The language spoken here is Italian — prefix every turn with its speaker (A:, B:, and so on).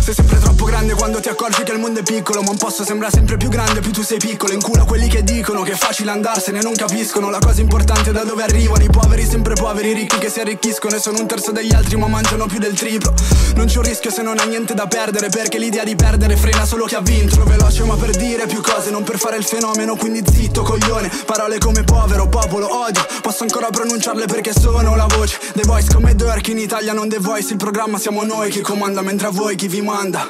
A: Sei sempre troppo grande quando ti accorgi che il mondo è piccolo, ma un posto sembra sempre più grande più tu sei piccolo. In culo a quelli che dicono che è facile andarsene, non capiscono la cosa importante da dove arrivano. I poveri sempre poveri, i ricchi che si arricchiscono e sono un terzo degli altri ma mangiano più del triplo. Non c'è un rischio se non hai niente da perdere, perché l'idea di perdere frena solo chi ha vinto. Veloce ma per dire più cose, non per fare il fenomeno, quindi zitto coglione. Parole come povero, popolo, odio, posso ancora pronunciarle perché sono la voce dei voice come Dirk in Italia, non The Voice. Il programma siamo noi, chi comanda mentre a voi chi vi manda.